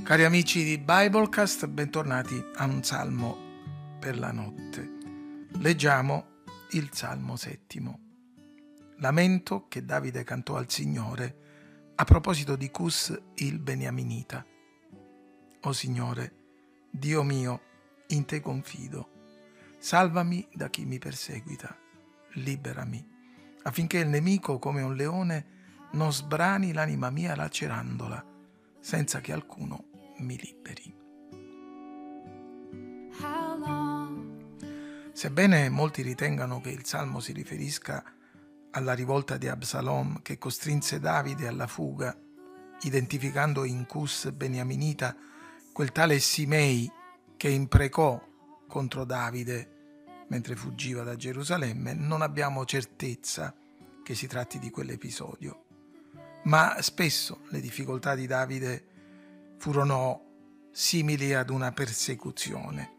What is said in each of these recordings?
Cari amici di Biblecast, bentornati a un salmo per la notte. Leggiamo il Salmo 7, lamento che Davide cantò al Signore a proposito di Cus il Beniaminita. O Signore, Dio mio, in te confido. Salvami da chi mi perseguita, liberami, affinché il nemico come un leone non sbrani l'anima mia lacerandola, senza che alcuno mi liberi. Sebbene molti ritengano che il Salmo si riferisca alla rivolta di Absalom che costrinse Davide alla fuga, identificando in Cus Beniaminita quel tale Simei che imprecò contro Davide mentre fuggiva da Gerusalemme, non abbiamo certezza che si tratti di quell'episodio. Ma spesso le difficoltà di Davide furono simili ad una persecuzione,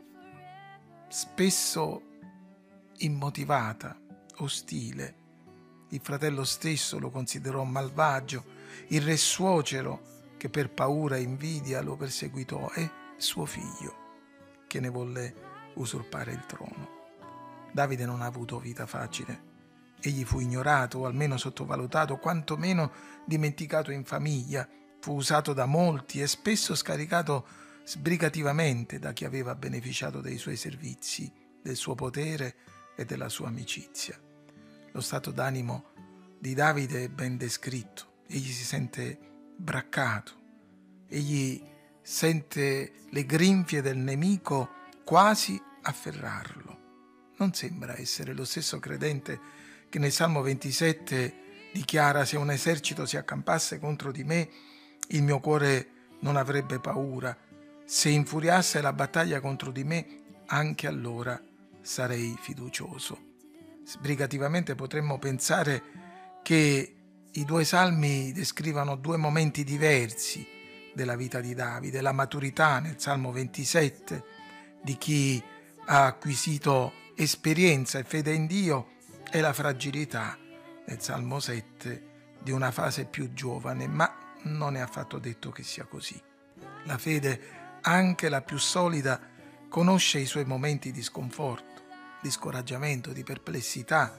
spesso immotivata, ostile. Il fratello stesso lo considerò malvagio, il re suocero che per paura e invidia lo perseguitò e suo figlio che ne volle usurpare il trono. Davide non ha avuto vita facile. Egli fu ignorato o almeno sottovalutato, quantomeno dimenticato in famiglia, fu usato da molti e spesso scaricato sbrigativamente da chi aveva beneficiato dei suoi servizi, del suo potere e della sua amicizia. Lo stato d'animo di Davide è ben descritto. Egli si sente braccato, egli sente le grinfie del nemico quasi afferrarlo. Non sembra essere lo stesso credente che nel Salmo 27 dichiara: se un esercito si accampasse contro di me, il mio cuore non avrebbe paura. Se infuriasse la battaglia contro di me, anche allora sarei fiducioso. Sbrigativamente potremmo pensare che i due salmi descrivano due momenti diversi della vita di Davide: la maturità nel Salmo 27 di chi ha acquisito esperienza e fede in Dio e la fragilità nel Salmo 7 di una fase più giovane, ma non è affatto detto che sia così. La fede, anche la più solida, conosce i suoi momenti di sconforto, di scoraggiamento, di perplessità.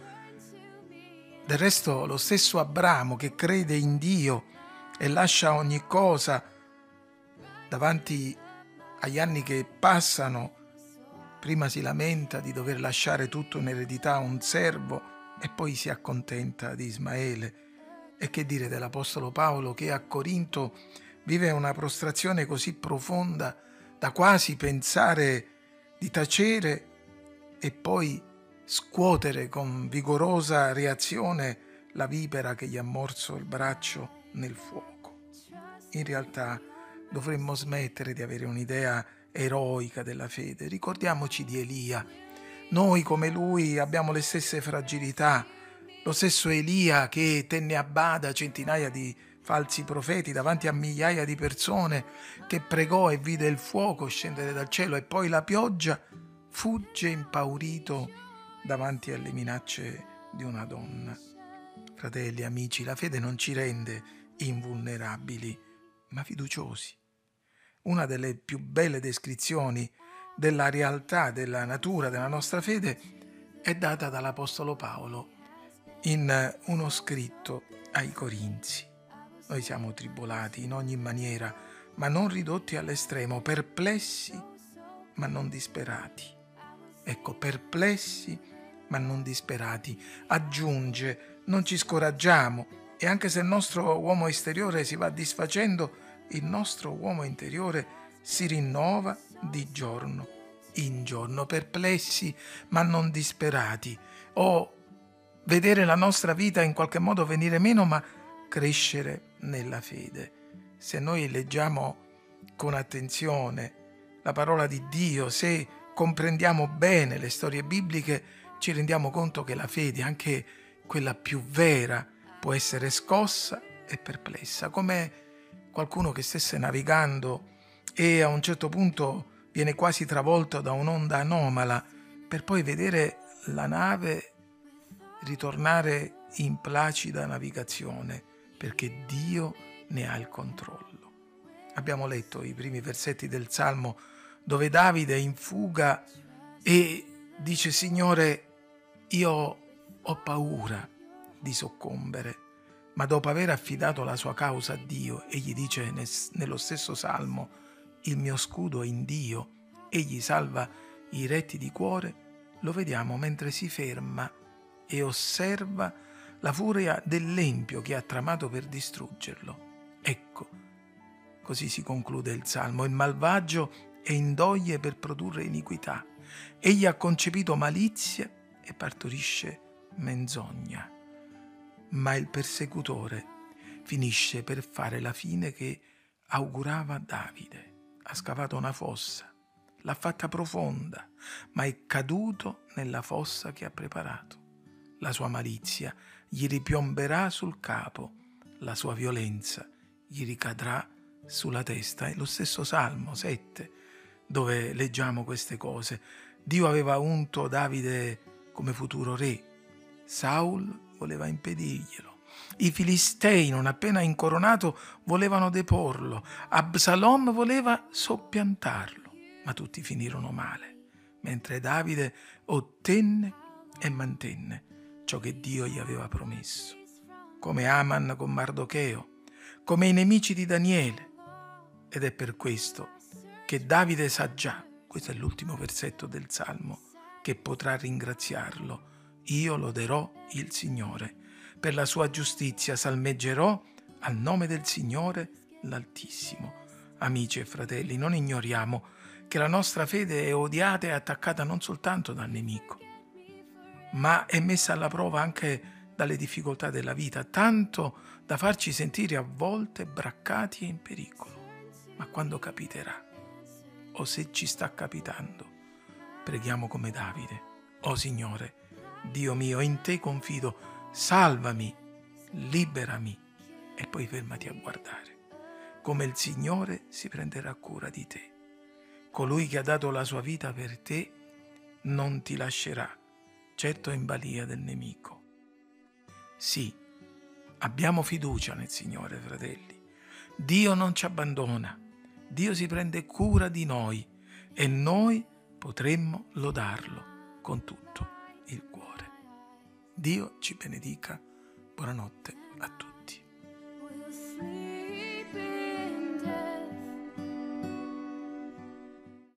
Del resto, lo stesso Abramo che crede in Dio e lascia ogni cosa davanti agli anni che passano, prima si lamenta di dover lasciare tutto in eredità a un servo e poi si accontenta di Ismaele. E che dire dell'Apostolo Paolo che a Corinto vive una prostrazione così profonda da quasi pensare di tacere e poi scuotere con vigorosa reazione la vipera che gli ha morso il braccio nel fuoco. In realtà dovremmo smettere di avere un'idea eroica della fede. Ricordiamoci di Elia. Noi come lui abbiamo le stesse fragilità. Lo stesso Elia che tenne a bada centinaia di falsi profeti davanti a migliaia di persone, che pregò e vide il fuoco scendere dal cielo e poi la pioggia, fugge impaurito davanti alle minacce di una donna. Fratelli, amici, la fede non ci rende invulnerabili, ma fiduciosi. Una delle più belle descrizioni della realtà della natura della nostra fede è data dall'Apostolo Paolo in uno scritto ai Corinzi. Noi siamo tribolati in ogni maniera, ma non ridotti all'estremo, perplessi, ma non disperati. Ecco, perplessi, ma non disperati. Aggiunge, non ci scoraggiamo, e anche se il nostro uomo esteriore si va disfacendo, il nostro uomo interiore si rinnova di giorno in giorno. Perplessi, ma non disperati. O vedere la nostra vita in qualche modo venire meno, ma crescere nella fede. Se noi leggiamo con attenzione la parola di Dio, se comprendiamo bene le storie bibliche, ci rendiamo conto che la fede, anche quella più vera, può essere scossa e perplessa, come qualcuno che stesse navigando e a un certo punto viene quasi travolto da un'onda anomala, per poi vedere la nave ritornare in placida navigazione, perché Dio ne ha il controllo. Abbiamo letto i primi versetti del Salmo dove Davide è in fuga e dice: Signore, io ho paura di soccombere. Ma dopo aver affidato la sua causa a Dio, egli dice nello stesso Salmo: il mio scudo è in Dio, egli salva i retti di cuore. Lo vediamo mentre si ferma e osserva la furia dell'empio che ha tramato per distruggerlo. Ecco, così si conclude il Salmo: il malvagio è in doglie per produrre iniquità. Egli ha concepito malizia e partorisce menzogna. Ma il persecutore finisce per fare la fine che augurava a Davide. Ha scavato una fossa, l'ha fatta profonda, ma è caduto nella fossa che ha preparato. La sua malizia gli ripiomberà sul capo, la sua violenza gli ricadrà sulla testa. È lo stesso Salmo 7 dove leggiamo queste cose. Dio aveva unto Davide come futuro re. Saul voleva impedirglielo. I Filistei, non appena incoronato, volevano deporlo. Absalom voleva soppiantarlo, ma tutti finirono male, mentre Davide ottenne e mantenne ciò che Dio gli aveva promesso, come Aman con Mardocheo, come i nemici di Daniele. Ed è per questo che Davide sa già, questo è l'ultimo versetto del Salmo, che potrà ringraziarlo. Io loderò il Signore, per la sua giustizia salmeggerò al nome del Signore l'Altissimo. Amici e fratelli, non ignoriamo che la nostra fede è odiata e attaccata non soltanto dal nemico, ma è messa alla prova anche dalle difficoltà della vita, tanto da farci sentire a volte braccati e in pericolo. Ma quando capiterà, o se ci sta capitando, preghiamo come Davide: «O Signore, Dio mio, in te confido, salvami, liberami», e poi fermati a guardare come il Signore si prenderà cura di te. Colui che ha dato la sua vita per te non ti lascerà, certo in balia del nemico. Sì, abbiamo fiducia nel Signore, fratelli. Dio non ci abbandona, Dio si prende cura di noi e noi potremmo lodarlo con tutto il cuore. Dio ci benedica. Buonanotte a tutti.